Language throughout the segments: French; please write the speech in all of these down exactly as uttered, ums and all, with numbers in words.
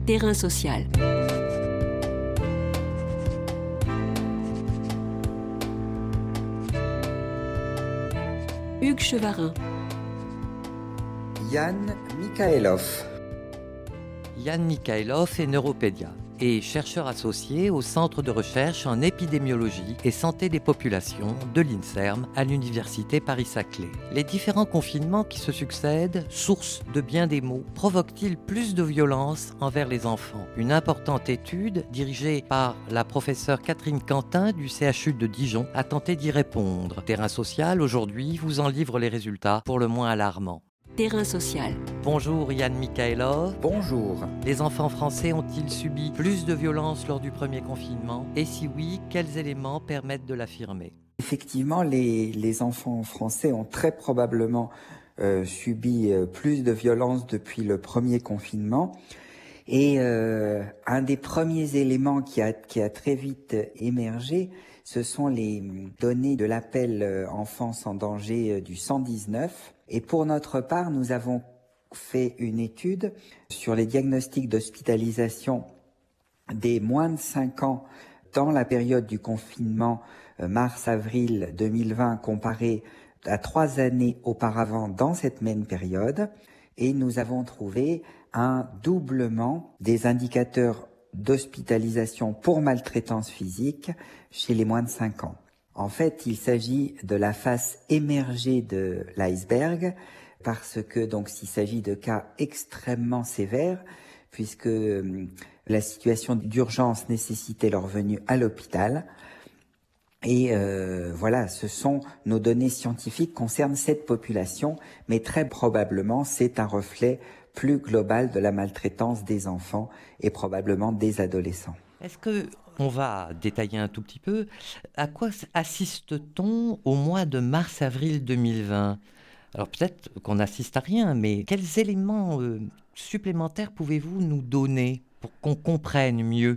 Terrain social. Hugues Chevarin. Yann Mikhailov. Yann Mikhailov est neuropédiatre et chercheur associé au Centre de recherche en épidémiologie et santé des populations de l'INSERM à l'Université Paris-Saclay. Les différents confinements qui se succèdent, source de bien des maux, provoquent-ils plus de violence envers les enfants? Une importante étude dirigée par la professeure Catherine Quentin du C H U de Dijon a tenté d'y répondre. Terrain social, aujourd'hui, vous en livre les résultats pour le moins alarmants. Terrain social. Bonjour Yann Mikhailov. Bonjour. Les enfants français ont-ils subi plus de violence lors du premier confinement? Et si oui, quels éléments permettent de l'affirmer? Effectivement, les, les enfants français ont très probablement euh, subi euh, plus de violence depuis le premier confinement. Et euh, un des premiers éléments qui a, qui a très vite émergé, ce sont les données de l'appel Enfance en danger du cent dix-neuf. Et pour notre part, nous avons fait une étude sur les diagnostics d'hospitalisation des moins de cinq ans dans la période du confinement mars-avril deux mille vingt comparé à trois années auparavant dans cette même période. Et nous avons trouvé un doublement des indicateurs d'hospitalisation pour maltraitance physique chez les moins de cinq ans. En fait, il s'agit de la face émergée de l'iceberg parce que donc il s'agit de cas extrêmement sévères puisque euh, la situation d'urgence nécessitait leur venue à l'hôpital. Et euh, voilà, ce sont nos données scientifiques concernent cette population, mais très probablement c'est un reflet plus global de la maltraitance des enfants et probablement des adolescents. Est-ce que on va détailler un tout petit peu, à quoi assiste-t-on au mois de mars-avril deux mille vingt? Alors peut-être qu'on n'assiste à rien, mais quels éléments euh, supplémentaires pouvez-vous nous donner pour qu'on comprenne mieux?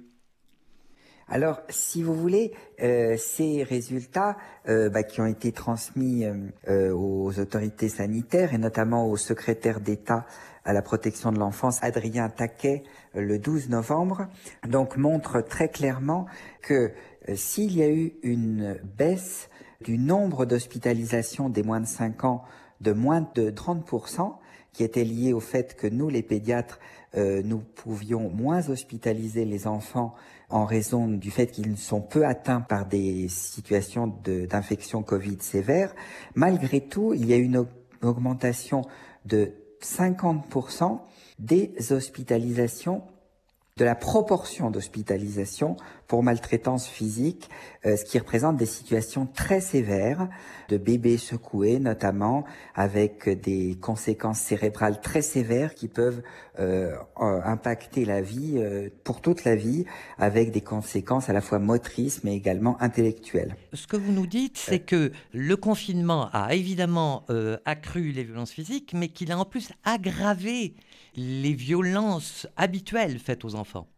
Alors, si vous voulez, euh, ces résultats euh, bah, qui ont été transmis euh, aux autorités sanitaires et notamment au secrétaire d'État à la protection de l'enfance, Adrien Taquet, euh, le douze novembre, donc montrent très clairement que euh, s'il y a eu une baisse du nombre d'hospitalisations des moins de cinq ans de moins de trente pour cent, qui était liée au fait que nous, les pédiatres, euh, nous pouvions moins hospitaliser les enfants en raison du fait qu'ils sont peu atteints par des situations de, d'infection Covid sévères. Malgré tout, il y a une augmentation de cinquante pour cent des hospitalisations, de la proportion d'hospitalisation pour maltraitance physique, euh, ce qui représente des situations très sévères, de bébés secoués notamment, avec des conséquences cérébrales très sévères qui peuvent euh, impacter la vie euh, pour toute la vie, avec des conséquences à la fois motrices mais également intellectuelles. Ce que vous nous dites, c'est que le confinement a évidemment euh, accru les violences physiques, mais qu'il a en plus aggravé les violences habituelles faites aux enfants.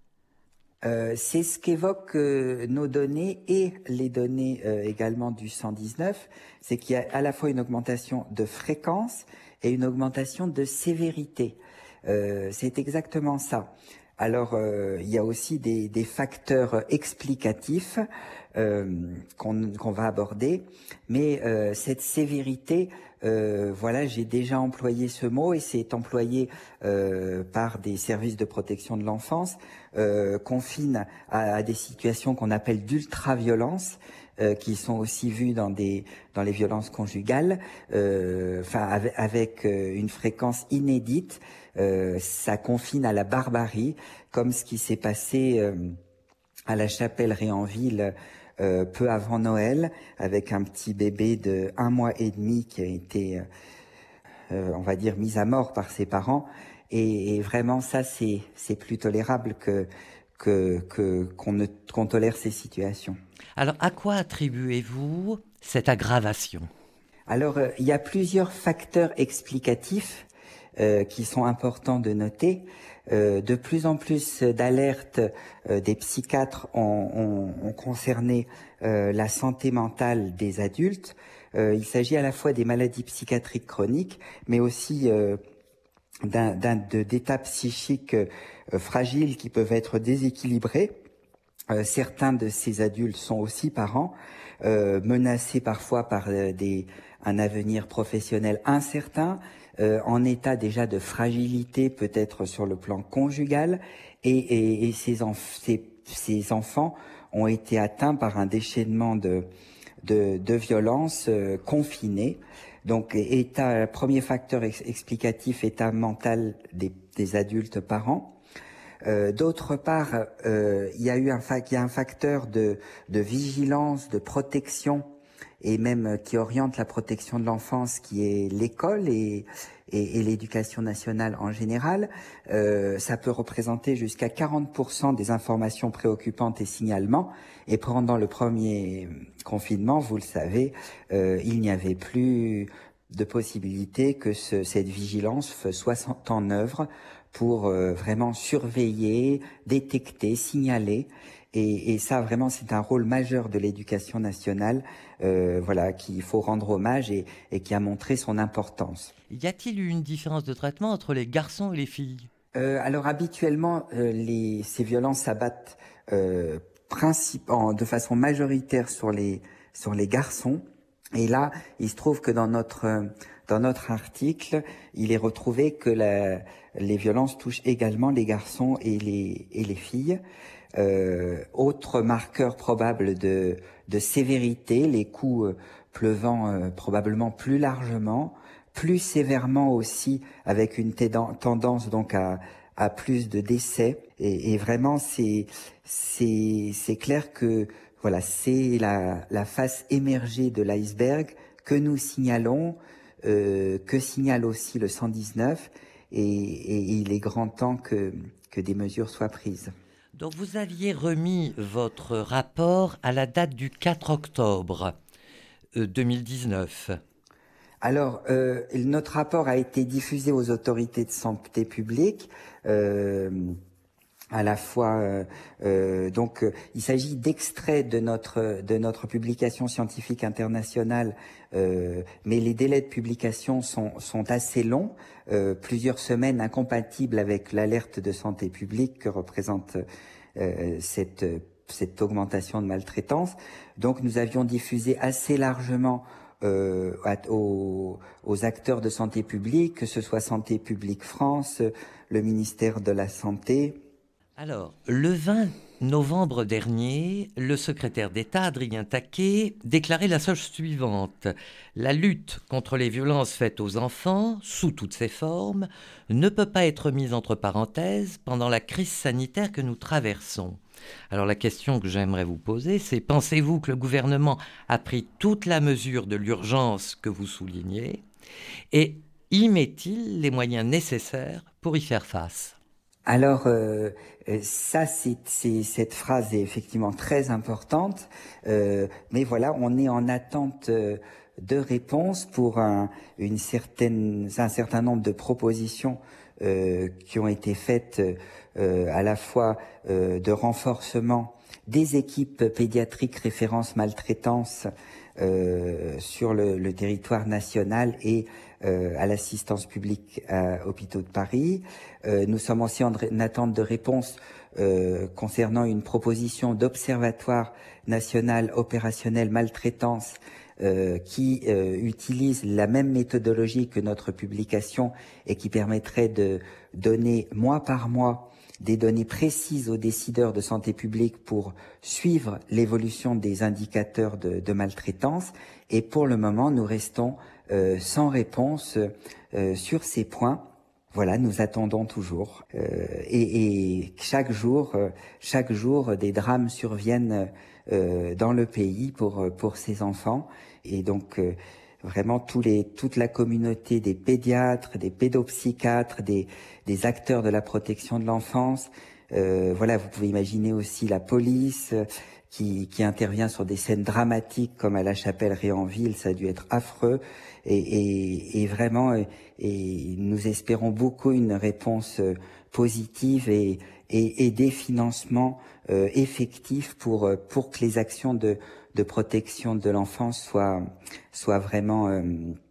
Euh, c'est ce qu'évoquent euh, nos données et les données euh, également du cent dix-neuf, c'est qu'il y a à la fois une augmentation de fréquence et une augmentation de sévérité. Euh, c'est exactement ça. Alors, euh, il y a aussi des, des facteurs explicatifs euh, qu'on, qu'on va aborder, mais euh, cette sévérité, euh, voilà, j'ai déjà employé ce mot et c'est employé euh, par des services de protection de l'enfance, euh, confine à, à des situations qu'on appelle d'ultra-violence, euh, qui sont aussi vues dans des dans les violences conjugales, euh, enfin avec, avec euh, une fréquence inédite. Euh, ça confine à la barbarie, comme ce qui s'est passé euh, à la chapelle Réanville euh, peu avant Noël, avec un petit bébé de un mois et demi qui a été, euh, on va dire, mis à mort par ses parents. Et, et vraiment, ça, c'est c'est plus tolérable que que que qu'on ne qu'on tolère ces situations. Alors, à quoi attribuez-vous cette aggravation? Alors, euh, il y a plusieurs facteurs explicatifs Euh, qui sont importants de noter. Euh, de plus en plus d'alertes euh, des psychiatres ont, ont, ont concerné euh, la santé mentale des adultes. Euh, il s'agit à la fois des maladies psychiatriques chroniques, mais aussi euh, d'un, d'un, de, d'états psychiques euh, fragiles qui peuvent être déséquilibrés. Euh, certains de ces adultes sont aussi parents, euh, menacés parfois par euh, des, un avenir professionnel incertain, euh, en état déjà de fragilité peut-être sur le plan conjugal, et, et, et ces, enf- ces, ces enfants ont été atteints par un déchaînement de, de, de violence euh, confinée. Donc, état, premier facteur ex- explicatif, état mental des, des adultes parents. Euh, d'autre part, euh, il y a eu un, fa- il y a un facteur de, de vigilance, de protection, et même euh, qui oriente la protection de l'enfance, qui est l'école et, et, et l'éducation nationale en général. Euh, ça peut représenter jusqu'à quarante pour cent des informations préoccupantes et signalements. Et pendant le premier confinement, vous le savez, euh, il n'y avait plus de possibilité que ce, cette vigilance soit en œuvre pour euh, vraiment surveiller, détecter, signaler. Et, et ça, vraiment, c'est un rôle majeur de l'éducation nationale, euh, voilà, qu'il faut rendre hommage et, et qui a montré son importance. Y a-t-il eu une différence de traitement entre les garçons et les filles ? Euh, alors habituellement, euh, les, ces violences s'abattent euh, principalement de façon majoritaire sur les sur les garçons. Et là, il se trouve que dans notre dans notre article, il est retrouvé que la, les violences touchent également les garçons et les et les filles. Euh, autre marqueur probable de de sévérité, les coups euh, pleuvant euh, probablement plus largement, plus sévèrement aussi, avec une tendance donc à, à plus de décès. Et, et vraiment, c'est c'est c'est clair que voilà, c'est la la face émergée de l'iceberg que nous signalons, euh, que signale aussi le cent dix-neuf, et, et il est grand temps que que des mesures soient prises. Donc vous aviez remis votre rapport à la date du quatre octobre euh, deux mille dix-neuf. Alors, euh, notre rapport a été diffusé aux autorités de santé publique. Euh, à la fois, euh, euh, donc, euh, il s'agit d'extraits de notre de notre publication scientifique internationale, euh, mais les délais de publication sont sont assez longs, euh, plusieurs semaines, incompatibles avec l'alerte de santé publique que représente euh, cette cette augmentation de maltraitance. Donc, nous avions diffusé assez largement Euh, aux, aux acteurs de santé publique, que ce soit Santé publique France, le ministère de la Santé. Alors, le vingt novembre dernier, le secrétaire d'État, Adrien Taquet, déclarait la chose suivante. La lutte contre les violences faites aux enfants, sous toutes ses formes, ne peut pas être mise entre parenthèses pendant la crise sanitaire que nous traversons. Alors la question que j'aimerais vous poser, c'est pensez-vous que le gouvernement a pris toute la mesure de l'urgence que vous soulignez et y met-il les moyens nécessaires pour y faire face ? Alors euh, ça, c'est, c'est, cette phrase est effectivement très importante, euh, mais voilà, on est en attente de réponses pour un, une certaine, un certain nombre de propositions euh, qui ont été faites euh, à la fois euh, de renforcement des équipes pédiatriques référence maltraitance euh, sur le, le territoire national et euh, à l'assistance publique à Hôpitaux de Paris. Euh, nous sommes aussi en, en attente de réponse euh, concernant une proposition d'observatoire national opérationnel maltraitance euh, qui euh, utilise la même méthodologie que notre publication et qui permettrait de donner mois par mois des données précises aux décideurs de santé publique pour suivre l'évolution des indicateurs de, de maltraitance. Et pour le moment, nous restons euh, sans réponse euh, sur ces points. Voilà, nous attendons toujours. Euh, et, et chaque jour, euh, chaque jour, des drames surviennent euh, dans le pays pour pour ces enfants. Et donc euh, vraiment tous les, toute la communauté des pédiatres, des pédopsychiatres, des, des acteurs de la protection de l'enfance. Euh, voilà, vous pouvez imaginer aussi la police euh, qui, qui intervient sur des scènes dramatiques comme à la Chapelle-Réanville. Ça a dû être affreux. Et, et, et vraiment, et, et nous espérons beaucoup une réponse euh, positive et, et, et des financements euh, effectifs pour, pour que les actions de de protection de l'enfance soit soit vraiment euh,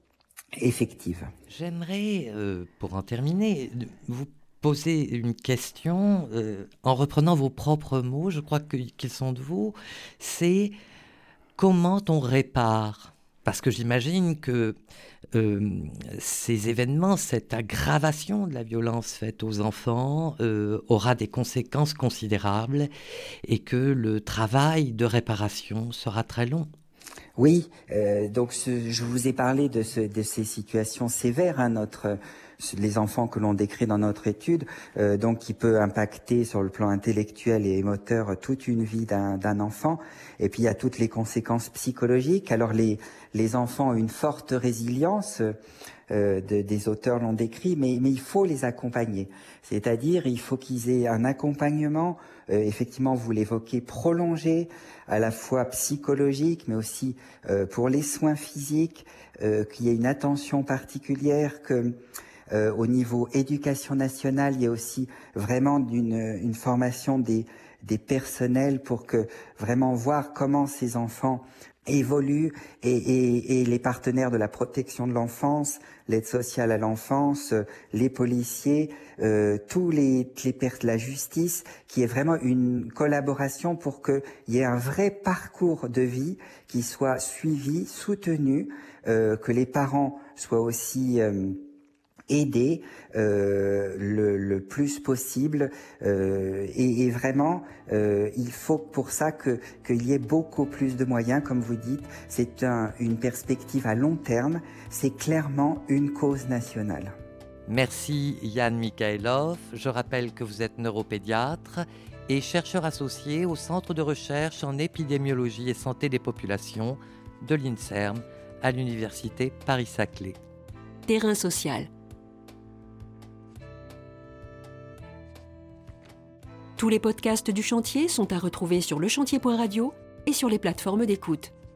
effective. J'aimerais, euh, pour en terminer, vous poser une question euh, en reprenant vos propres mots, je crois que, qu'ils sont de vous, c'est comment on répare ? Parce que j'imagine que euh, ces événements, cette aggravation de la violence faite aux enfants euh, aura des conséquences considérables et que le travail de réparation sera très long. Oui, euh, donc ce, je vous ai parlé de, ce, de ces situations sévères, hein, notre, les enfants que l'on décrit dans notre étude, euh, donc qui peut impacter sur le plan intellectuel et moteur toute une vie d'un, d'un enfant. Et puis il y a toutes les conséquences psychologiques. Alors les, les enfants ont une forte résilience. Euh, de, des auteurs l'ont décrit, mais, mais il faut les accompagner. C'est-à-dire, il faut qu'ils aient un accompagnement, euh, effectivement, vous l'évoquez, prolongé, à la fois psychologique, mais aussi euh, pour les soins physiques, euh, qu'il y ait une attention particulière, que euh, au niveau éducation nationale, il y a aussi vraiment d'une, une formation des, des personnels pour que vraiment voir comment ces enfants évoluent et, et, et les partenaires de la protection de l'enfance, l'aide sociale à l'enfance, les policiers, euh, tous les, les pers- la justice, qui est vraiment une collaboration pour qu'il y ait un vrai parcours de vie qui soit suivi, soutenu, euh, que les parents soient aussi euh, aider euh, le, le plus possible euh, et, et vraiment euh, il faut pour ça que qu'il y ait beaucoup plus de moyens, comme vous dites. C'est un, une perspective à long terme, c'est clairement une cause nationale. Merci Yann Mikhailov. Je rappelle que vous êtes neuropédiatre et chercheur associé au Centre de recherche en épidémiologie et santé des populations de l'INSERM à l'Université Paris-Saclay. Terrain social. Tous les podcasts du chantier sont à retrouver sur le chantier point radio et sur les plateformes d'écoute.